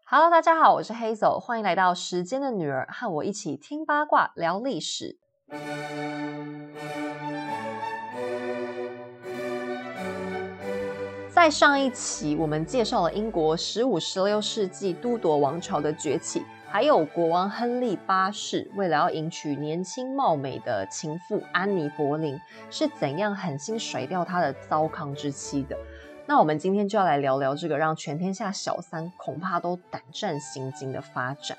Hello， 大家好，我是 Hazel， 欢迎来到时间的女儿，和我一起听八卦聊历史。在上一期，我们介绍了英国15、16世纪都铎王朝的崛起，还有国王亨利八世为了要迎娶年轻貌美的情妇安妮·博林，是怎样狠心甩掉他的糟糠之妻的。那我们今天就要来聊聊这个让全天下小三恐怕都胆战心惊的发展。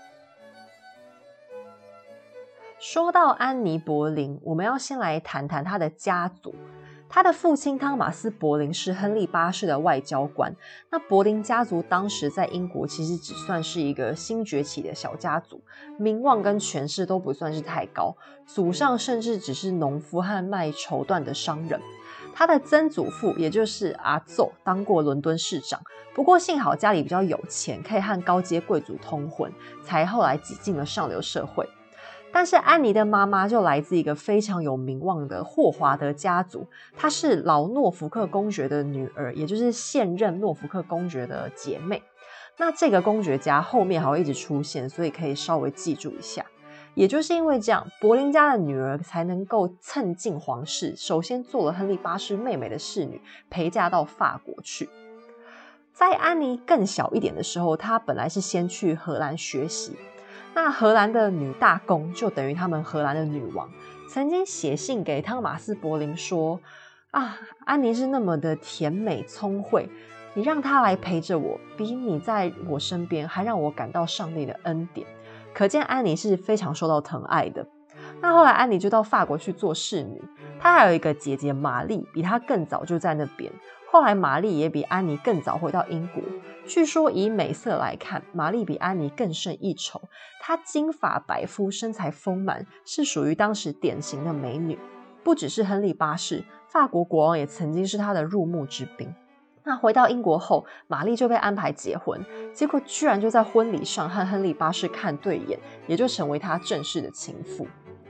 说到安妮·博林，我们要先来谈谈她的家族。他的父亲汤马斯·博林是亨利八世的外交官。那博林家族当时在英国其实只算是一个新崛起的小家族，名望跟权势都不算是太高，祖上甚至只是农夫和卖绸缎的商人。他的曾祖父也就是阿奏当过伦敦市长，不过幸好家里比较有钱，可以和高阶贵族通婚，才后来挤进了上流社会。但是安妮的妈妈就来自一个非常有名望的霍华德家族，她是老诺福克公爵的女儿，也就是现任诺福克公爵的姐妹。那这个公爵家后面还会一直出现，所以可以稍微记住一下。也就是因为这样，博林家的女儿才能够蹭进皇室，首先做了亨利八世妹妹的侍女，陪嫁到法国去。在安妮更小一点的时候，她本来是先去荷兰学习。那荷兰的女大公就等于他们荷兰的女王，曾经写信给汤马斯·博林说：安妮是那么的甜美聪慧，你让她来陪着我，比你在我身边还让我感到上帝的恩典。可见安妮是非常受到疼爱的。那后来安妮就到法国去做侍女，她还有一个姐姐玛丽，比她更早就在那边。后来玛丽也比安妮更早回到英国。据说以美色来看，玛丽比安妮更胜一筹。她金发白肤，身材丰满，是属于当时典型的美女。不只是亨利八世，法国国王也曾经是她的入幕之宾。那回到英国后，玛丽就被安排结婚，结果居然就在婚礼上和亨利八世看对眼，也就成为他正式的情妇。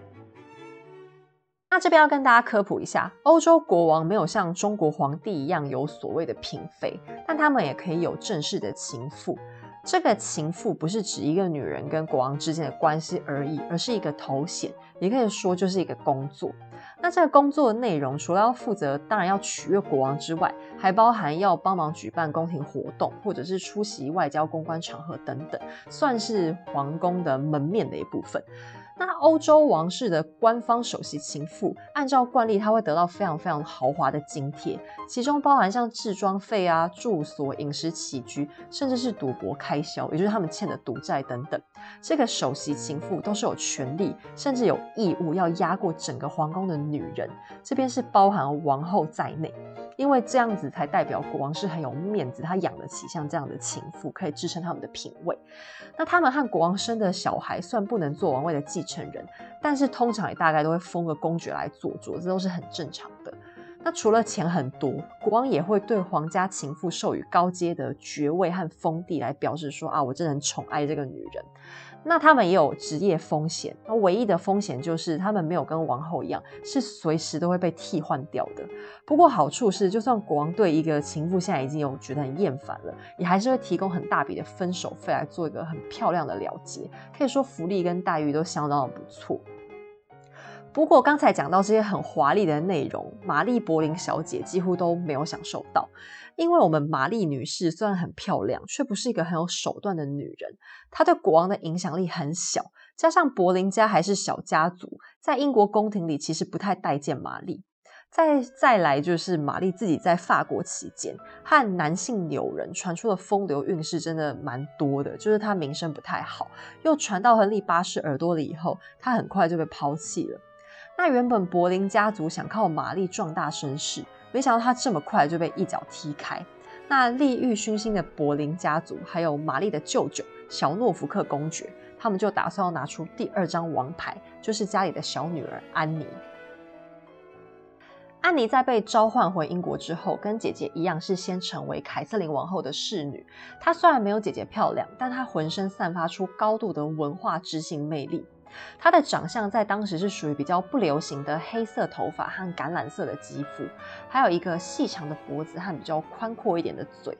那这边要跟大家科普一下，欧洲国王没有像中国皇帝一样有所谓的嫔妃，但他们也可以有正式的情妇。这个情妇不是指一个女人跟国王之间的关系而已，而是一个头衔，也可以说就是一个工作。那这个工作的内容除了要负责当然要取悦国王之外，还包含要帮忙举办宫廷活动，或者是出席外交公关场合等等，算是皇宫的门面的一部分。那欧洲王室的官方首席情妇，按照惯例，她会得到非常非常豪华的津贴，其中包含像治装费啊、住所、饮食起居，甚至是赌博开销，也就是他们欠的赌债等等。这个首席情妇都是有权利，甚至有义务要压过整个皇宫的女人，这边是包含王后在内。因为这样子才代表国王是很有面子，他养得起像这样的情妇，可以支撑他们的品味。那他们和国王生的小孩虽然不能做王位的继承人，但是通常也大概都会封个公爵来做主，这都是很正常的。那除了钱很多，国王也会对皇家情妇授予高阶的爵位和封地，来表示说我真的很宠爱这个女人。那他们也有职业风险，唯一的风险就是他们没有跟王后一样是随时都会被替换掉的。不过好处是，就算国王对一个情妇现在已经有觉得很厌烦了，也还是会提供很大笔的分手费来做一个很漂亮的了结，可以说福利跟待遇都相当的不错。不过刚才讲到这些很华丽的内容，玛丽·博林小姐几乎都没有享受到。因为我们玛丽女士虽然很漂亮，却不是一个很有手段的女人，她对国王的影响力很小，加上博林家还是小家族，在英国宫廷里其实不太待见玛丽。再来就是玛丽自己在法国期间和男性友人传出的风流韵事真的蛮多的，就是她名声不太好，又传到亨利八世耳朵里以后，她很快就被抛弃了。那原本博林家族想靠玛丽壮大声势，没想到她这么快就被一脚踢开。那利欲熏心的博林家族还有玛丽的舅舅小诺福克公爵，他们就打算要拿出第二张王牌，就是家里的小女儿安妮。安妮在被召唤回英国之后，跟姐姐一样是先成为凯瑟琳王后的侍女。她虽然没有姐姐漂亮，但她浑身散发出高度的文化知性魅力。她的长相在当时是属于比较不流行的黑色头发和橄榄色的肌肤，还有一个细长的脖子和比较宽阔一点的嘴。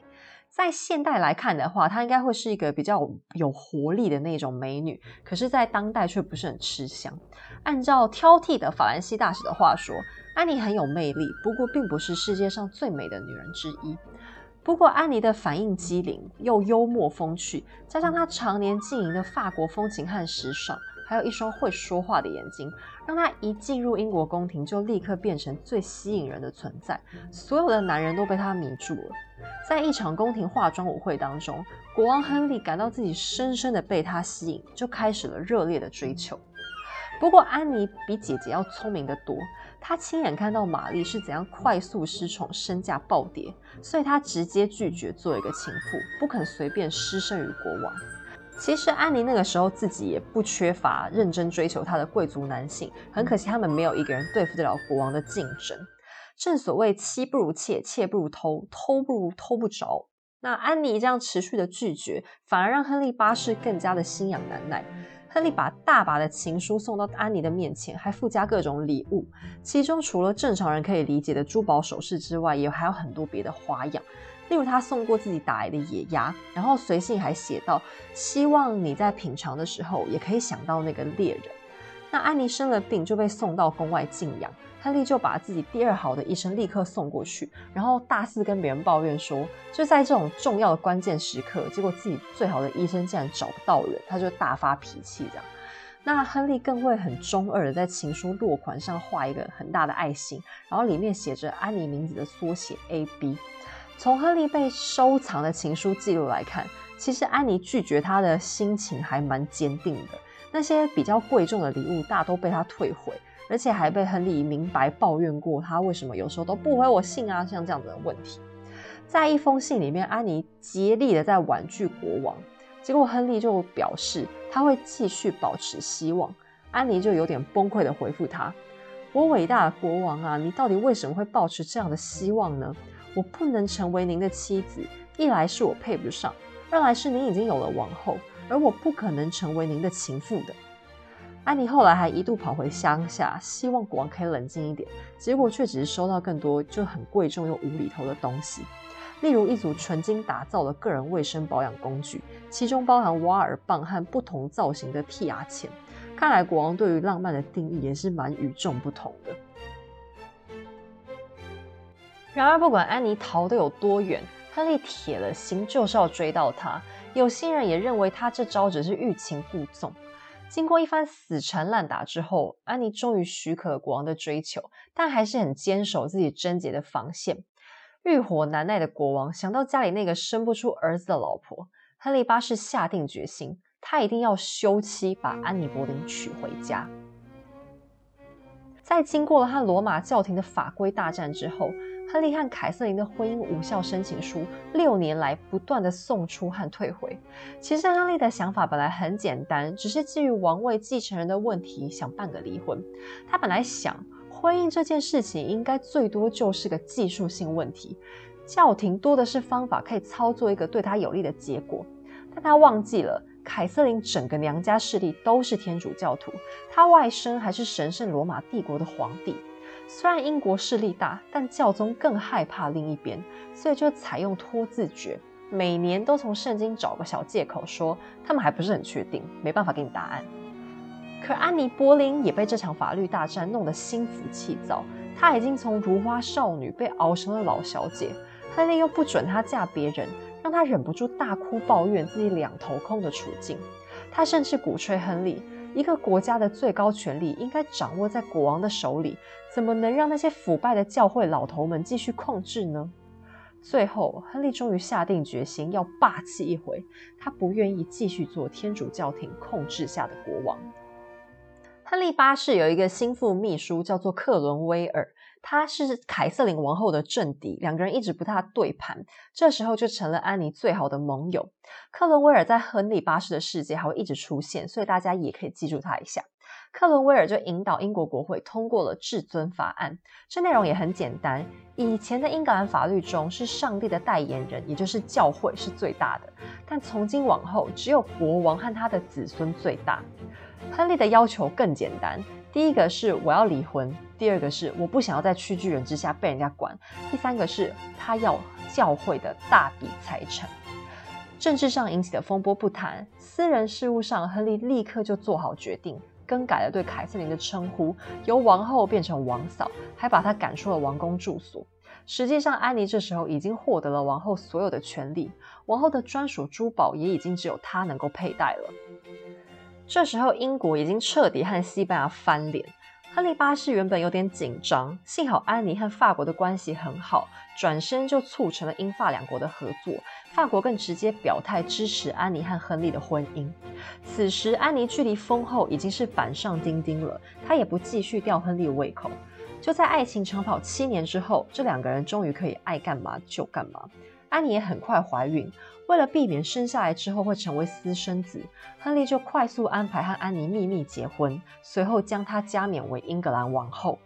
在现代来看的话，她应该会是一个比较有活力的那种美女，可是在当代却不是很吃香。按照挑剔的法兰西大使的话说，安妮很有魅力，不过并不是世界上最美的女人之一。不过安妮的反应机灵又幽默风趣，加上她常年经营的法国风情和时尚，还有一双会说话的眼睛，让她一进入英国宫廷就立刻变成最吸引人的存在，所有的男人都被她迷住了。在一场宫廷化妆舞会当中，国王亨利感到自己深深的被她吸引，就开始了热烈的追求。不过安妮比姐姐要聪明得多，她亲眼看到玛丽是怎样快速失宠，身价暴跌，所以她直接拒绝做一个情妇，不肯随便失身于国王。其实安妮那个时候自己也不缺乏认真追求她的贵族男性，很可惜他们没有一个人对付得了国王的竞争。正所谓妻不如妾，妾不如偷，偷不如偷不着。那安妮这样持续的拒绝，反而让亨利八世更加的心痒难耐。亨利把大把的情书送到安妮的面前，还附加各种礼物，其中除了正常人可以理解的珠宝首饰之外，也还有很多别的花样。例如他送过自己打来的野鸭，然后随信还写道，希望你在品尝的时候也可以想到那个猎人。那安妮生了病就被送到宫外静养，亨利就把自己第二好的医生立刻送过去，然后大肆跟别人抱怨说，就在这种重要的关键时刻，结果自己最好的医生竟然找不到人，他就大发脾气这样。那亨利更会很中二的在情书落款上画一个很大的爱心，然后里面写着安妮名字的缩写 AB。 从亨利被收藏的情书记录来看，其实安妮拒绝他的心情还蛮坚定的，那些比较贵重的礼物大都被他退回，而且还被亨利明白抱怨过他为什么有时候都不回我信啊，像这样的问题。在一封信里面，安妮竭力的在婉拒国王，结果亨利就表示他会继续保持希望。安妮就有点崩溃的回复他，我伟大的国王啊，你到底为什么会抱持这样的希望呢？我不能成为您的妻子，一来是我配不上，二来是您已经有了王后，而我不可能成为您的情妇的。安妮后来还一度跑回乡下，希望国王可以冷静一点，结果却只是收到更多就很贵重又无厘头的东西，例如一组纯金打造的个人卫生保养工具，其中包含挖耳棒和不同造型的剔牙钳。看来国王对于浪漫的定义也是蛮与众不同的。然而不管安妮逃得有多远，亨利铁了心就是要追到她。有心人也认为他这招只是欲擒故纵。经过一番死缠烂打之后，安妮终于许可了国王的追求，但还是很坚守自己贞洁的防线。欲火难耐的国王想到家里那个生不出儿子的老婆，亨利八世下定决心，他一定要休妻，把安妮·博林娶回家。在经过了和罗马教廷的法规大战之后，亨利和凯瑟琳的婚姻无效申请书6年来不断的送出和退回。其实亨利的想法本来很简单，只是基于王位继承人的问题想办个离婚。他本来想婚姻这件事情应该最多就是个技术性问题，教廷多的是方法可以操作一个对他有利的结果。但他忘记了凯瑟琳整个娘家势力都是天主教徒，他外甥还是神圣罗马帝国的皇帝。虽然英国势力大，但教宗更害怕另一边，所以就采用拖字诀，每年都从圣经找个小借口说他们还不是很确定，没办法给你答案。可安妮·波林也被这场法律大战弄得心浮气躁，她已经从如花少女被熬成了老小姐，亨利又不准她嫁别人，让她忍不住大哭抱怨自己两头空的处境。她甚至鼓吹亨利，一个国家的最高权力应该掌握在国王的手里，怎么能让那些腐败的教会老头们继续控制呢？最后，亨利终于下定决心要霸气一回，他不愿意继续做天主教廷控制下的国王。亨利八世有一个心腹秘书叫做克伦威尔，他是凯瑟琳王后的政敌，两个人一直不大对盘，这时候就成了安妮最好的盟友。克伦威尔在亨利八世的世界还会一直出现，所以大家也可以记住他一下。克伦威尔就引导英国国会通过了至尊法案，这内容也很简单。以前的英格兰法律中是上帝的代言人，也就是教会是最大的，但从今往后只有国王和他的子孙最大。亨利的要求更简单，第一个是我要离婚，第二个是我不想要在屈居人之下被人家管，第三个是他要教会的大笔财产。政治上引起的风波不谈，私人事务上，亨利立刻就做好决定，更改了对凯瑟琳的称呼，由王后变成王嫂，还把她赶出了王宫住所。实际上，安妮这时候已经获得了王后所有的权利，王后的专属珠宝也已经只有她能够佩戴了。这时候，英国已经彻底和西班牙翻脸。亨利八世原本有点紧张，幸好安妮和法国的关系很好，转身就促成了英法两国的合作。法国更直接表态支持安妮和亨利的婚姻。此时，安妮距离封后已经是板上钉钉了，她也不继续吊亨利胃口。就在爱情长跑7年之后，这两个人终于可以爱干嘛就干嘛。安妮也很快怀孕，为了避免生下来之后会成为私生子，亨利就快速安排和安妮秘密结婚，随后将她加冕为英格兰王后。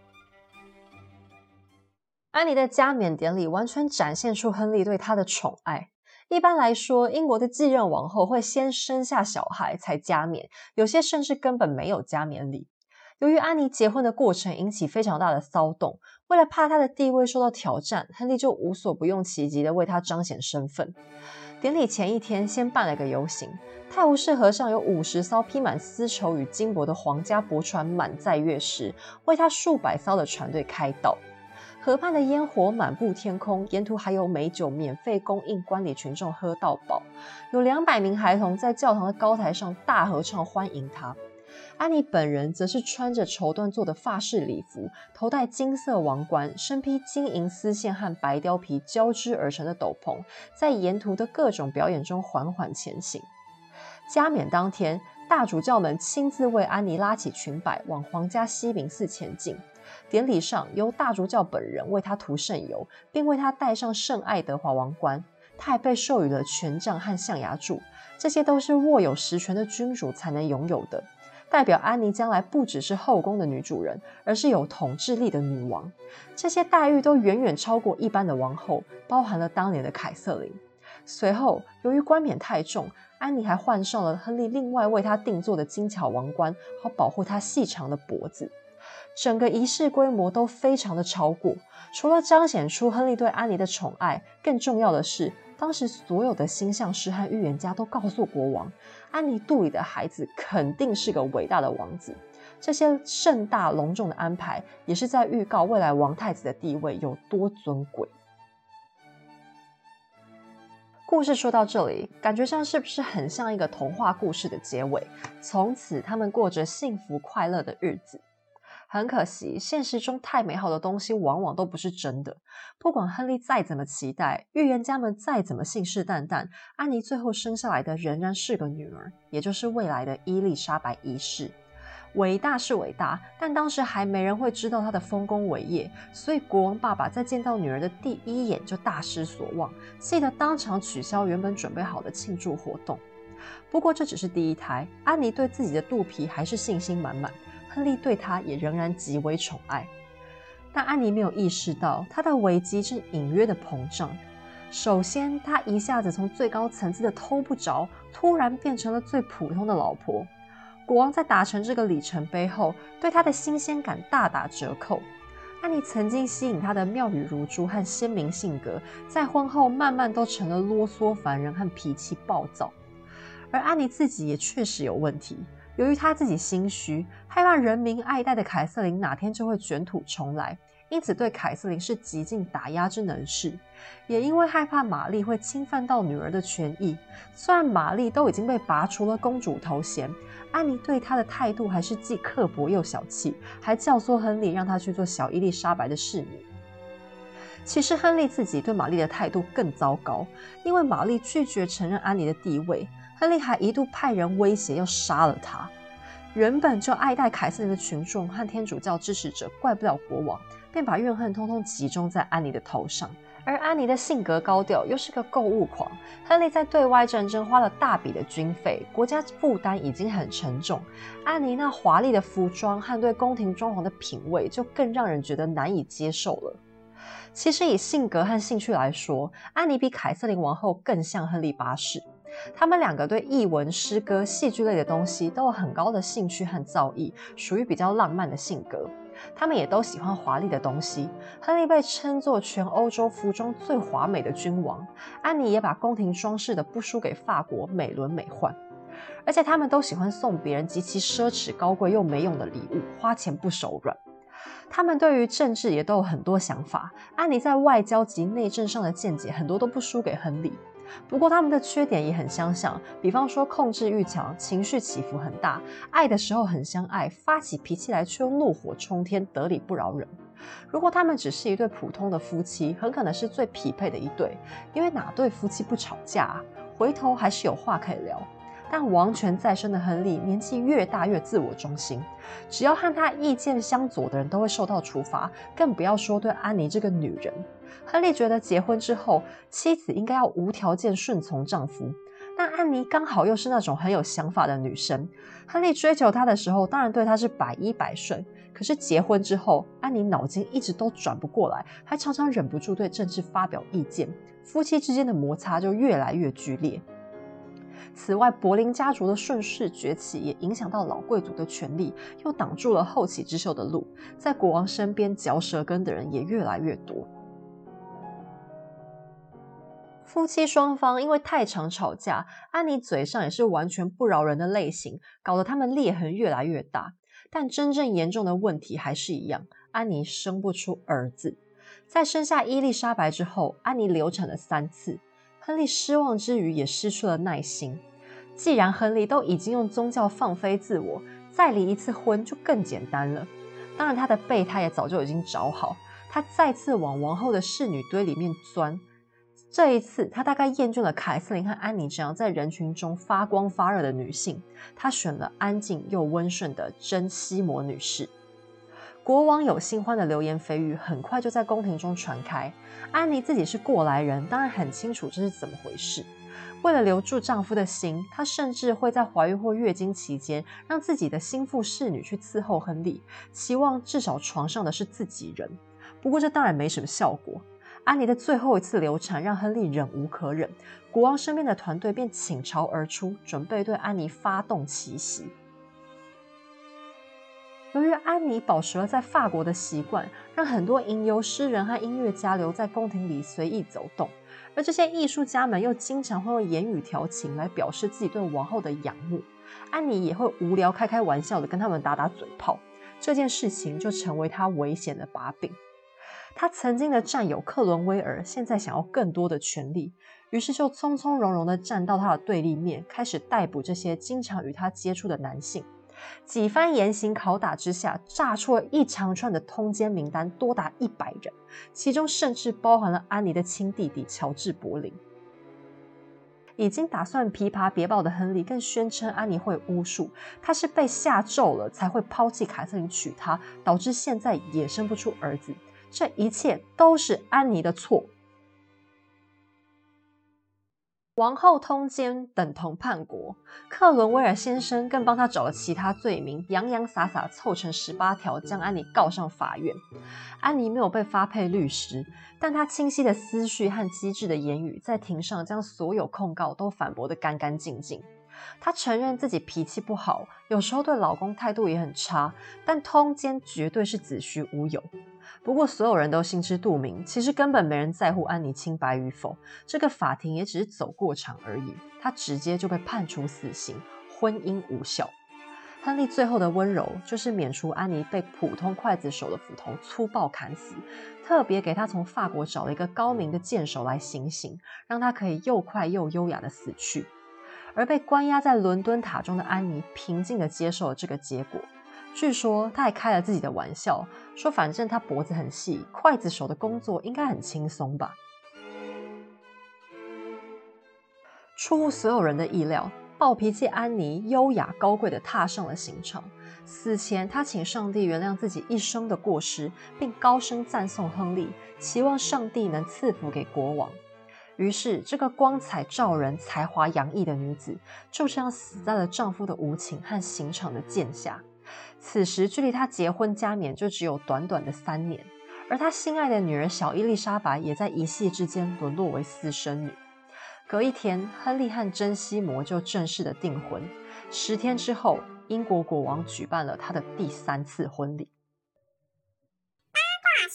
安妮的加冕典礼完全展现出亨利对她的宠爱。一般来说，英国的继任王后会先生下小孩才加冕，有些甚至根本没有加冕礼。由于安妮结婚的过程引起非常大的骚动，为了怕她的地位受到挑战，亨利就无所不用其极地为她彰显身份。典礼前一天，先办了个游行，泰晤士河上有50艘披满丝绸与金箔的皇家驳船满载月食，为她数百艘的船队开道。河畔的烟火满布天空，沿途还有美酒免费供应观礼群众喝到饱，有200名孩童在教堂的高台上大合唱欢迎她。安妮本人则是穿着绸缎做的法式礼服，头戴金色王冠，身披金银丝线和白貂皮交织而成的斗篷，在沿途的各种表演中缓缓前行。加冕当天，大主教们亲自为安妮拉起裙摆，往皇家西敏寺前进。典礼上，由大主教本人为她涂圣油，并为她戴上圣爱德华王冠。她还被授予了权杖和象牙柱，这些都是握有实权的君主才能拥有的。代表安妮将来不只是后宫的女主人，而是有统治力的女王。这些待遇都远远超过一般的王后，包含了当年的凯瑟琳。随后，由于冠冕太重，安妮还换上了亨利另外为她定做的精巧王冠，好保护她细长的脖子。整个仪式规模都非常的超过，除了彰显出亨利对安妮的宠爱，更重要的是，当时所有的星象师和预言家都告诉国王，安妮肚里的孩子肯定是个伟大的王子。这些盛大隆重的安排，也是在预告未来王太子的地位有多尊贵。故事说到这里，感觉上是不是很像一个童话故事的结尾？从此他们过着幸福快乐的日子。很可惜，现实中太美好的东西往往都不是真的。不管亨利再怎么期待，预言家们再怎么信誓旦旦，安妮最后生下来的仍然是个女儿，也就是未来的伊丽莎白一世。伟大是伟大，但当时还没人会知道她的丰功伟业，所以国王爸爸在见到女儿的第一眼就大失所望，气得当场取消原本准备好的庆祝活动。不过这只是第一胎，安妮对自己的肚皮还是信心满满，亨利对她也仍然极为宠爱。但安妮没有意识到，她的危机正隐约的膨胀。首先，她一下子从最高层次的偷不着，突然变成了最普通的老婆。国王在达成这个里程碑后，对她的新鲜感大打折扣。安妮曾经吸引他的妙语如珠和鲜明性格，在婚后慢慢都成了啰嗦烦人和脾气暴躁。而安妮自己也确实有问题，由于她自己心虚，害怕人民爱戴的凯瑟琳哪天就会卷土重来，因此对凯瑟琳是极尽打压之能事。也因为害怕玛丽会侵犯到女儿的权益，虽然玛丽都已经被拔除了公主头衔，安妮对她的态度还是既刻薄又小气，还教唆亨利让她去做小伊丽莎白的侍女。其实亨利自己对玛丽的态度更糟糕，因为玛丽拒绝承认安妮的地位，亨利还一度派人威胁要杀了她。原本就爱戴凯瑟琳的群众和天主教支持者怪不了国王，便把怨恨通通集中在安妮的头上。而安妮的性格高调，又是个购物狂，亨利在对外战争花了大笔的军费，国家负担已经很沉重，安妮那华丽的服装和对宫廷装潢的品味就更让人觉得难以接受了。其实以性格和兴趣来说，安妮比凯瑟琳王后更像亨利八世。他们两个对艺文、诗歌、戏剧类的东西都有很高的兴趣和造诣，属于比较浪漫的性格。 他们也都喜欢华丽的东西。亨利被称作全欧洲服装最华美的君王，安妮也把宫廷装饰的不输给法国美轮美奂。而且他们都喜欢送别人极其奢侈、高贵又没用的礼物，花钱不手软。他们对于政治也都有很多想法，安妮在外交及内政上的见解很多都不输给亨利。不过他们的缺点也很相像，比方说控制欲强，情绪起伏很大，爱的时候很相爱，发起脾气来却又怒火冲天，得理不饶人。如果他们只是一对普通的夫妻，很可能是最匹配的一对，因为哪对夫妻不吵架啊？回头还是有话可以聊。但王权在身的亨利年纪越大越自我中心，只要和他意见相左的人都会受到处罚，更不要说对安妮这个女人。亨利觉得结婚之后，妻子应该要无条件顺从丈夫，但安妮刚好又是那种很有想法的女生。亨利追求她的时候，当然对她是百依百顺，可是结婚之后，安妮脑筋一直都转不过来，还常常忍不住对政治发表意见，夫妻之间的摩擦就越来越剧烈。此外，柏林家族的顺势崛起也影响到老贵族的权力，又挡住了后起之秀的路，在国王身边嚼舌根的人也越来越多。夫妻双方因为太常吵架，安妮嘴上也是完全不饶人的类型，搞得他们裂痕越来越大。但真正严重的问题还是一样，安妮生不出儿子。在生下伊丽莎白之后，安妮流产了3次。亨利失望之余也失去了耐心。既然亨利都已经用宗教放飞自我，再离一次婚就更简单了。当然他的备胎也早就已经找好，他再次往王后的侍女堆里面钻。这一次他大概厌倦了凯瑟琳和安妮这样在人群中发光发热的女性，他选了安静又温顺的珍西摩女士。国王有新欢的流言蜚语很快就在宫廷中传开，安妮自己是过来人，当然很清楚这是怎么回事。为了留住丈夫的心，她甚至会在怀孕或月经期间让自己的心腹侍女去伺候亨利，期望至少床上的是自己人。不过这当然没什么效果。安妮的最后一次流产让亨利忍无可忍，国王身边的团队便倾巢而出，准备对安妮发动奇袭。由于安妮保持了在法国的习惯，让很多吟游诗人和音乐家留在宫廷里随意走动，而这些艺术家们又经常会用言语调情来表示自己对王后的仰慕。安妮也会无聊开玩笑的跟他们打打嘴炮，这件事情就成为她危险的把柄。他曾经的战友克伦威尔现在想要更多的权力，于是就从从容容地站到他的对立面，开始逮捕这些经常与他接触的男性。几番严刑拷打之下，炸出了一长串的通奸名单，多达100人，其中甚至包含了安妮的亲弟弟乔治·柏林。已经打算琵琶别抱的亨利更宣称安妮会巫术，他是被下咒了才会抛弃凯瑟琳娶她，导致现在也生不出儿子。这一切都是安妮的错。王后通奸等同叛国，克伦威尔先生更帮他找了其他罪名，洋洋洒洒凑成18条，将安妮告上法院。安妮没有被发配律师，但她清晰的思绪和机智的言语，在庭上将所有控告都反驳得干干净净。她承认自己脾气不好，有时候对老公态度也很差，但通奸绝对是子虚乌有。不过所有人都心知肚明，其实根本没人在乎安妮清白与否，这个法庭也只是走过场而已。她直接就被判处死刑，婚姻无效。亨利最后的温柔就是免除安妮被普通刽子手的斧头粗暴砍死，特别给她从法国找了一个高明的剑手来行刑，让她可以又快又优雅的死去。而被关押在伦敦塔中的安妮平静地接受了这个结果。据说她还开了自己的玩笑，说反正她脖子很细，刽子手的工作应该很轻松吧。出乎所有人的意料，暴脾气安妮优雅高贵地踏上了刑场。死前，她请上帝原谅自己一生的过失，并高声赞颂亨利，期望上帝能赐福给国王。于是，这个光彩照人、才华洋溢的女子，就这样死在了丈夫的无情和刑场的剑下。此时，距离她结婚加冕就只有短短的3年，而她心爱的女儿小伊丽莎白也在一夕之间沦落为私生女。隔一天，亨利和珍西摩就正式的订婚。10天之后，英国国王举办了他的第3次婚礼。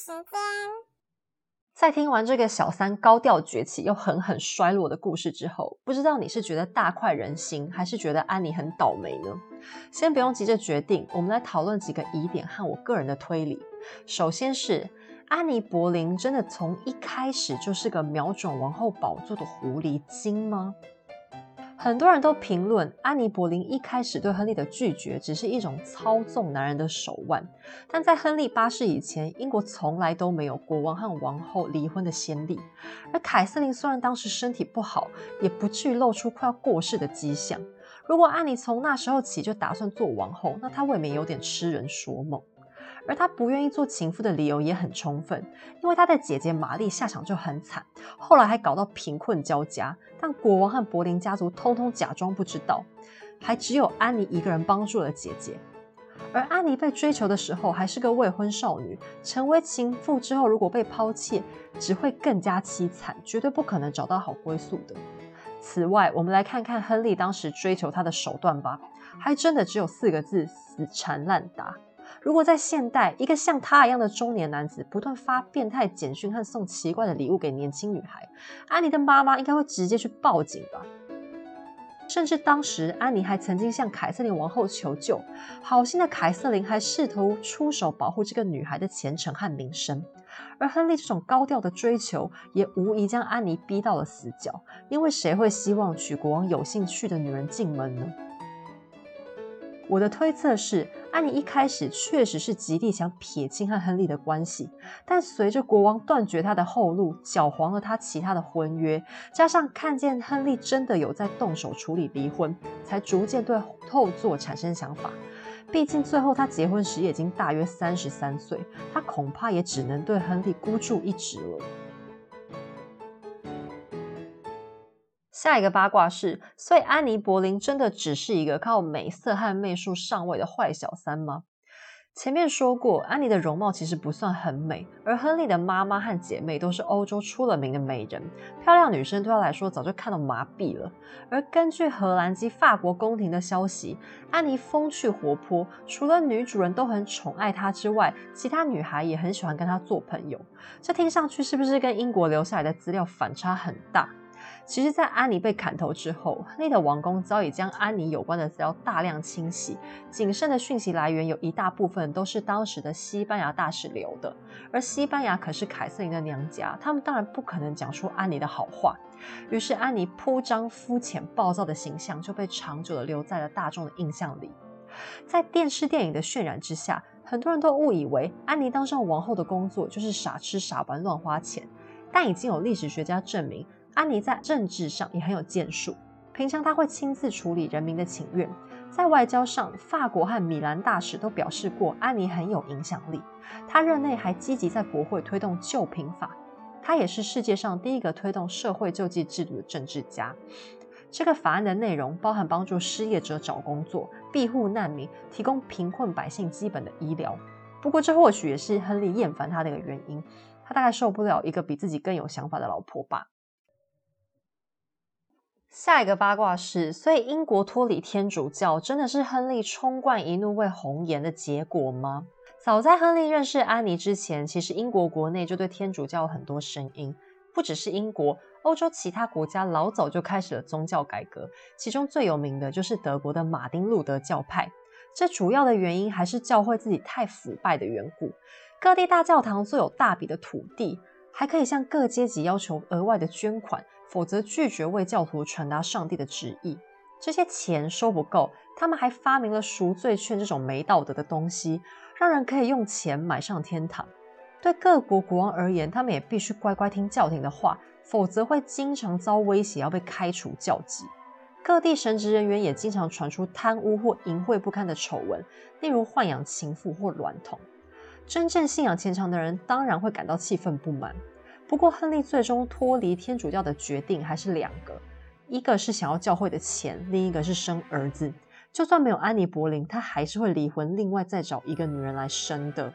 间。 在听完这个小三高调崛起又狠狠衰落的故事之后，不知道你是觉得大快人心，还是觉得安妮很倒霉呢？先不用急着决定，我们来讨论几个疑点和我个人的推理。首先是安妮·柏林真的从一开始就是个瞄准王后宝座的狐狸精吗？很多人都评论安妮·柏林一开始对亨利的拒绝只是一种操纵男人的手腕，但在亨利8世以前，英国从来都没有国王和王后离婚的先例。而凯瑟琳虽然当时身体不好，也不至于露出快要过世的迹象。如果安妮从那时候起就打算做王后，那她未免有点痴人说梦。而她不愿意做情妇的理由也很充分，因为她的姐姐玛丽下场就很惨，后来还搞到贫困交加，但国王和柏林家族通通假装不知道，还只有安妮一个人帮助了姐姐。而安妮被追求的时候还是个未婚少女，成为情妇之后如果被抛弃，只会更加凄惨，绝对不可能找到好归宿的。此外，我们来看看亨利当时追求她的手段吧，还真的只有4个字：死缠烂打。如果在现代，一个像他一样的中年男子不断发变态简讯和送奇怪的礼物给年轻女孩，安妮的妈妈应该会直接去报警吧。甚至当时安妮还曾经向凯瑟琳王后求救，好心的凯瑟琳还试图出手保护这个女孩的前程和名声。而亨利这种高调的追求也无疑将安妮逼到了死角，因为谁会希望娶国王有兴趣的女人进门呢？我的推测是，安妮一开始确实是极力想撇清和亨利的关系，但随着国王断绝他的后路，搅黄了他其他的婚约，加上看见亨利真的有在动手处理离婚，才逐渐对后座产生想法。毕竟最后他结婚时也已经大约33岁，他恐怕也只能对亨利孤注一掷了。下一个八卦是，所以安妮·柏林真的只是一个靠美色和媚术上位的坏小三吗？前面说过，安妮的容貌其实不算很美，而亨利的妈妈和姐妹都是欧洲出了名的美人，漂亮女生对她来说早就看到麻痹了。而根据荷兰及法国宫廷的消息，安妮风趣活泼，除了女主人都很宠爱她之外，其他女孩也很喜欢跟她做朋友。这听上去是不是跟英国留下来的资料反差很大？其实在安妮被砍头之后，亨利的王宫早已将安妮有关的资料大量清洗，仅剩的讯息来源有一大部分都是当时的西班牙大使留的，而西班牙可是凯瑟琳的娘家，他们当然不可能讲出安妮的好话。于是安妮铺张肤浅暴躁的形象就被长久的留在了大众的印象里。在电视电影的渲染之下，很多人都误以为安妮当上王后的工作就是傻吃傻玩乱花钱，但已经有历史学家证明安妮在政治上也很有建树，平常她会亲自处理人民的请愿。在外交上，法国和米兰大使都表示过安妮很有影响力，她任内还积极在国会推动救贫法，她也是世界上第一个推动社会救济制度的政治家。这个法案的内容包含帮助失业者找工作、庇护难民、提供贫困百姓基本的医疗。不过这或许也是亨利厌烦他的一个原因，他大概受不了一个比自己更有想法的老婆吧。下一个八卦是，所以英国脱离天主教真的是亨利冲冠一怒为红颜的结果吗？早在亨利认识安妮之前，其实英国国内就对天主教有很多声音，不只是英国，欧洲其他国家老早就开始了宗教改革，其中最有名的就是德国的马丁路德教派。这主要的原因还是教会自己太腐败的缘故，各地大教堂坐有大笔的土地，还可以向各阶级要求额外的捐款，否则拒绝为教徒传达上帝的旨意。这些钱收不够，他们还发明了赎罪券这种没道德的东西，让人可以用钱买上天堂。对各国国王而言，他们也必须乖乖听教廷的话，否则会经常遭威胁要被开除教籍。各地神职人员也经常传出贪污或淫秽不堪的丑闻，例如豢养情妇或娈童。真正信仰虔诚的人当然会感到气愤不满。不过亨利最终脱离天主教的决定还是两个，一个是想要教会的钱，另一个是生儿子。就算没有安妮·柏林，他还是会离婚，另外再找一个女人来生的。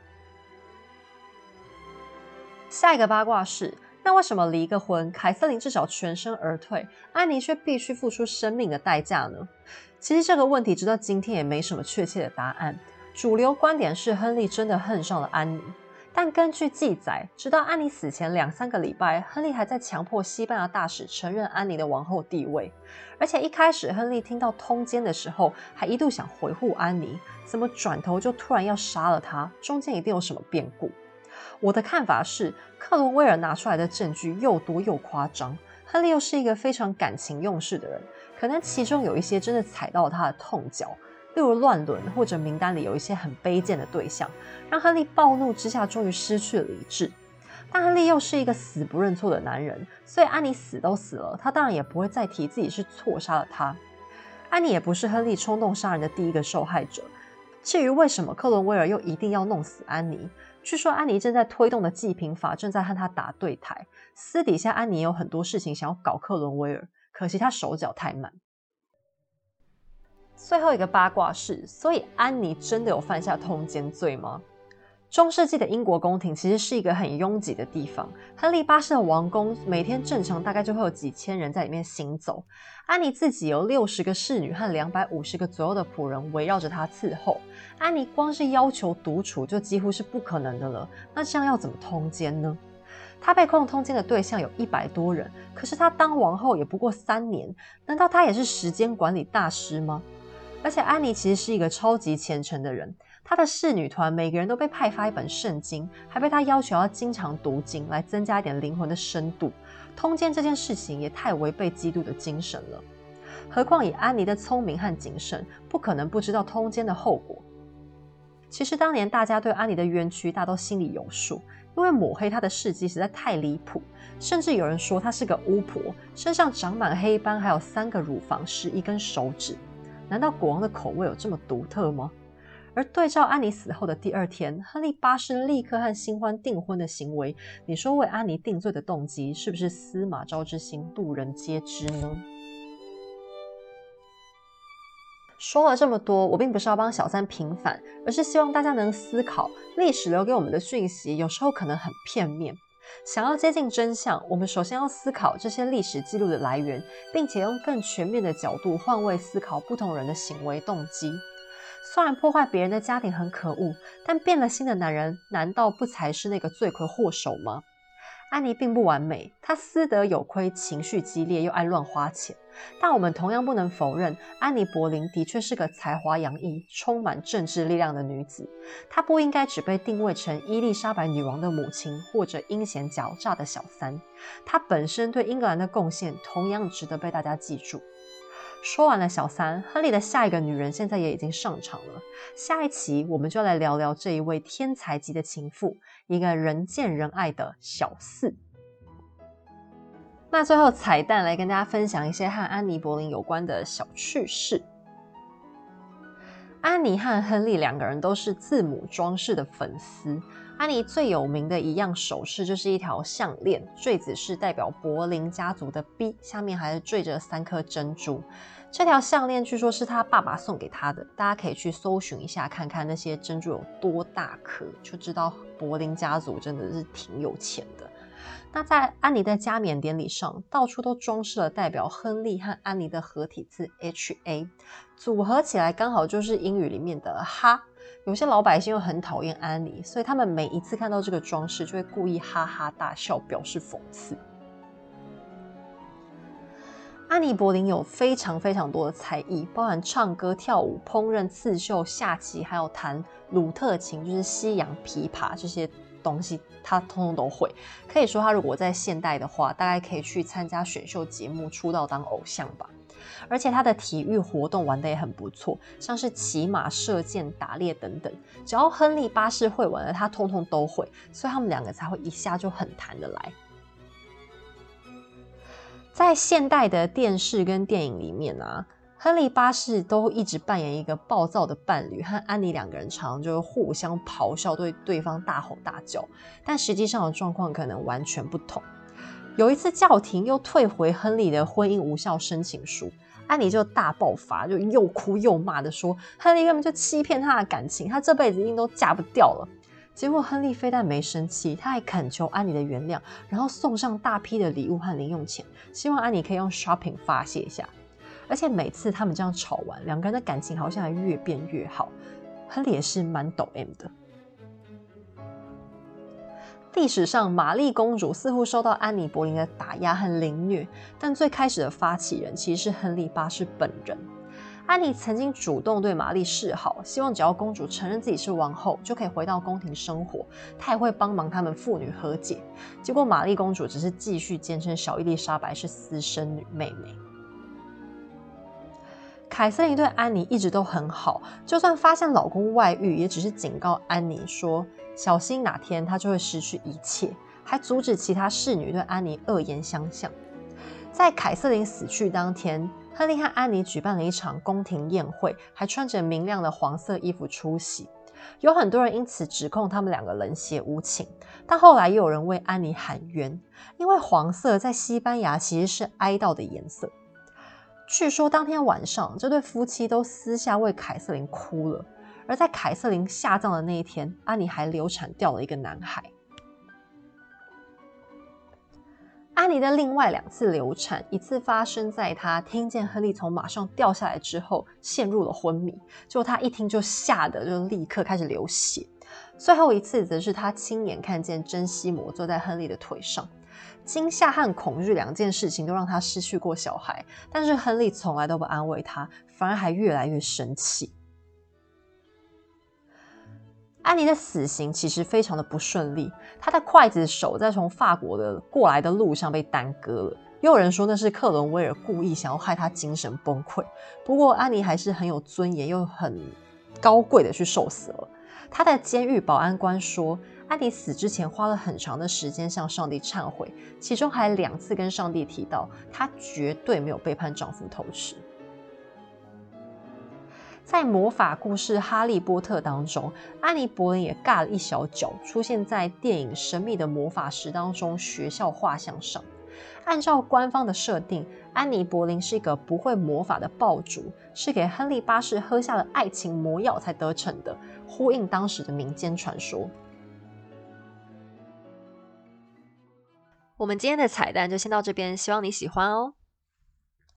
下一个八卦是，那为什么离个婚，凯瑟琳至少全身而退，安妮却必须付出生命的代价呢？其实这个问题直到今天也没什么确切的答案。主流观点是亨利真的恨上了安妮， 但根据记载，直到安妮死前2-3个礼拜，亨利还在强迫西班牙大使承认安妮的王后地位。而且一开始亨利听到通奸的时候，还一度想回护安妮，怎么转头就突然要杀了她？中间一定有什么变故。我的看法是，克伦威尔拿出来的证据又多又夸张，亨利又是一个非常感情用事的人，可能其中有一些真的踩到了他的痛脚，例如乱伦或者名单里有一些很卑贱的对象，让亨利暴怒之下终于失去了理智。但亨利又是一个死不认错的男人，所以安妮死都死了，他当然也不会再提自己是错杀了他。安妮也不是亨利冲动杀人的第一个受害者。至于为什么克伦威尔又一定要弄死安妮，据说安妮正在推动的济贫法正在和他打对台，私底下安妮有很多事情想要搞克伦威尔，可惜他手脚太慢。最后一个八卦是，所以安妮真的有犯下通奸罪吗？中世纪的英国宫廷其实是一个很拥挤的地方，亨利8世的王宫每天正常大概就会有几千人在里面行走，安妮自己有60个侍女和250个左右的仆人围绕着她伺候，安妮光是要求独处就几乎是不可能的了，那这样要怎么通奸呢？她被控通奸的对象有100多人，可是她当王后也不过3年，难道她也是时间管理大师吗？而且安妮其实是一个超级虔诚的人，她的侍女团每个人都被派发一本圣经，还被她要求要经常读经来增加一点灵魂的深度。通奸这件事情也太违背基督的精神了。何况以安妮的聪明和谨慎，不可能不知道通奸的后果。其实当年大家对安妮的冤屈大都心里有数，因为抹黑她的事迹实在太离谱，甚至有人说她是个巫婆，身上长满黑斑，还有3个乳房，11根手指。难道国王的口味有这么独特吗？而对照安妮死后的第2天，亨利8世立刻和新欢订婚的行为，你说为安妮定罪的动机是不是司马昭之心，路人皆知呢？说了这么多，我并不是要帮小三平反，而是希望大家能思考，历史留给我们的讯息有时候可能很片面。想要接近真相，我们首先要思考这些历史记录的来源，并且用更全面的角度换位思考不同人的行为动机。虽然破坏别人的家庭很可恶，但变了心的男人难道不才是那个罪魁祸首吗？安妮并不完美，她私德有亏，情绪激烈又爱乱花钱，但我们同样不能否认，安妮·柏林的确是个才华洋溢、充满政治力量的女子。她不应该只被定位成伊丽莎白女王的母亲或者阴险狡诈的小三，她本身对英格兰的贡献同样值得被大家记住。说完了小三，亨利的下一个女人现在也已经上场了。下一期我们就来聊聊这一位天才级的情妇，一个人见人爱的小四。那最后彩蛋来跟大家分享一些和安妮·柏林有关的小趣事。安妮和亨利2个人都是字母装饰的粉丝。安妮最有名的一样首饰就是一条项链，坠子是代表柏林家族的 B， 下面还是坠着3颗珍珠。这条项链据说是他爸爸送给他的，大家可以去搜寻一下，看看那些珍珠有多大颗，就知道柏林家族真的是挺有钱的。那在安妮的加冕典礼上，到处都装饰了代表亨利和安妮的合体字 HA， 组合起来刚好就是英语里面的哈。有些老百姓又很讨厌安妮，所以他们每一次看到这个装饰就会故意哈哈大笑，表示讽刺。安妮·柏林有非常非常多的才艺，包含唱歌、跳舞、烹饪、刺绣、下棋，还有弹鲁特琴，就是西洋琵琶这些东西他通通都会。可以说他如果在现代的话，大概可以去参加选秀节目出道当偶像吧。而且他的体育活动玩得也很不错，像是骑马、射箭、打猎等等，只要亨利8世会玩的他通通都会，所以他们2个才会一下就很谈得来。在现代的电视跟电影里面啊，亨利8世都一直扮演一个暴躁的伴侣，和安妮2个人常常就互相咆哮，对对方大吼大叫，但实际上的状况可能完全不同。有一次教廷又退回亨利的婚姻无效申请书，安妮就大爆发，就又哭又骂的说亨利根本就欺骗她的感情，她这辈子一定都嫁不掉了。结果亨利非但没生气，他还恳求安妮的原谅，然后送上大批的礼物和零用钱，希望安妮可以用 shopping 发泄一下。而且每次他们这样吵完，2个人的感情好像还越变越好。亨利也是蛮抖 M 的。 历史上，玛丽公主似乎受到安妮·博林的打压和凌虐，但最开始的发起人其实是亨利八世本人。安妮曾经主动对玛丽示好，希望只要公主承认自己是王后，就可以回到宫廷生活，她也会帮忙他们父女和解。结果，玛丽公主只是继续坚称小伊丽莎白是私生女妹妹。凯瑟琳对安妮一直都很好，就算发现老公外遇，也只是警告安妮说小心哪天她就会失去一切，还阻止其他侍女对安妮恶言相向。在凯瑟琳死去当天，亨利和安妮举办了一场宫廷宴会，还穿着明亮的黄色衣服出席。有很多人因此指控他们两个冷血无情，但后来又有人为安妮喊冤，因为黄色在西班牙其实是哀悼的颜色。据说当天晚上，这对夫妻都私下为凯瑟琳哭了，而在凯瑟琳下葬的那一天，安妮还流产掉了一个男孩。安妮的另外2次流产，一次发生在她听见亨利从马上掉下来之后陷入了昏迷，结果她一听就吓得就立刻开始流血。最后一次则是她亲眼看见珍西摩坐在亨利的腿上。惊吓和恐惧2件事情都让她失去过小孩，但是亨利从来都不安慰她，反而还越来越生气。安妮的死刑其实非常的不顺利，她的刽子手在从法国的过来的路上被耽搁了，也有人说那是克伦威尔故意想要害她精神崩溃。不过安妮还是很有尊严又很高贵的去受死了。她的监狱保安官说，安妮死之前花了很长的时间向上帝忏悔，其中还2次跟上帝提到她绝对没有背叛丈夫偷吃。在魔法故事《哈利波特》当中，安妮·博林也尬了一小角，出现在电影《神秘的魔法石》当中学校画像上。按照官方的设定，安妮·博林是一个不会魔法的爆竹，是给亨利8世喝下了爱情魔药才得逞的，呼应当时的民间传说。我们今天的彩蛋就先到这边，希望你喜欢哦。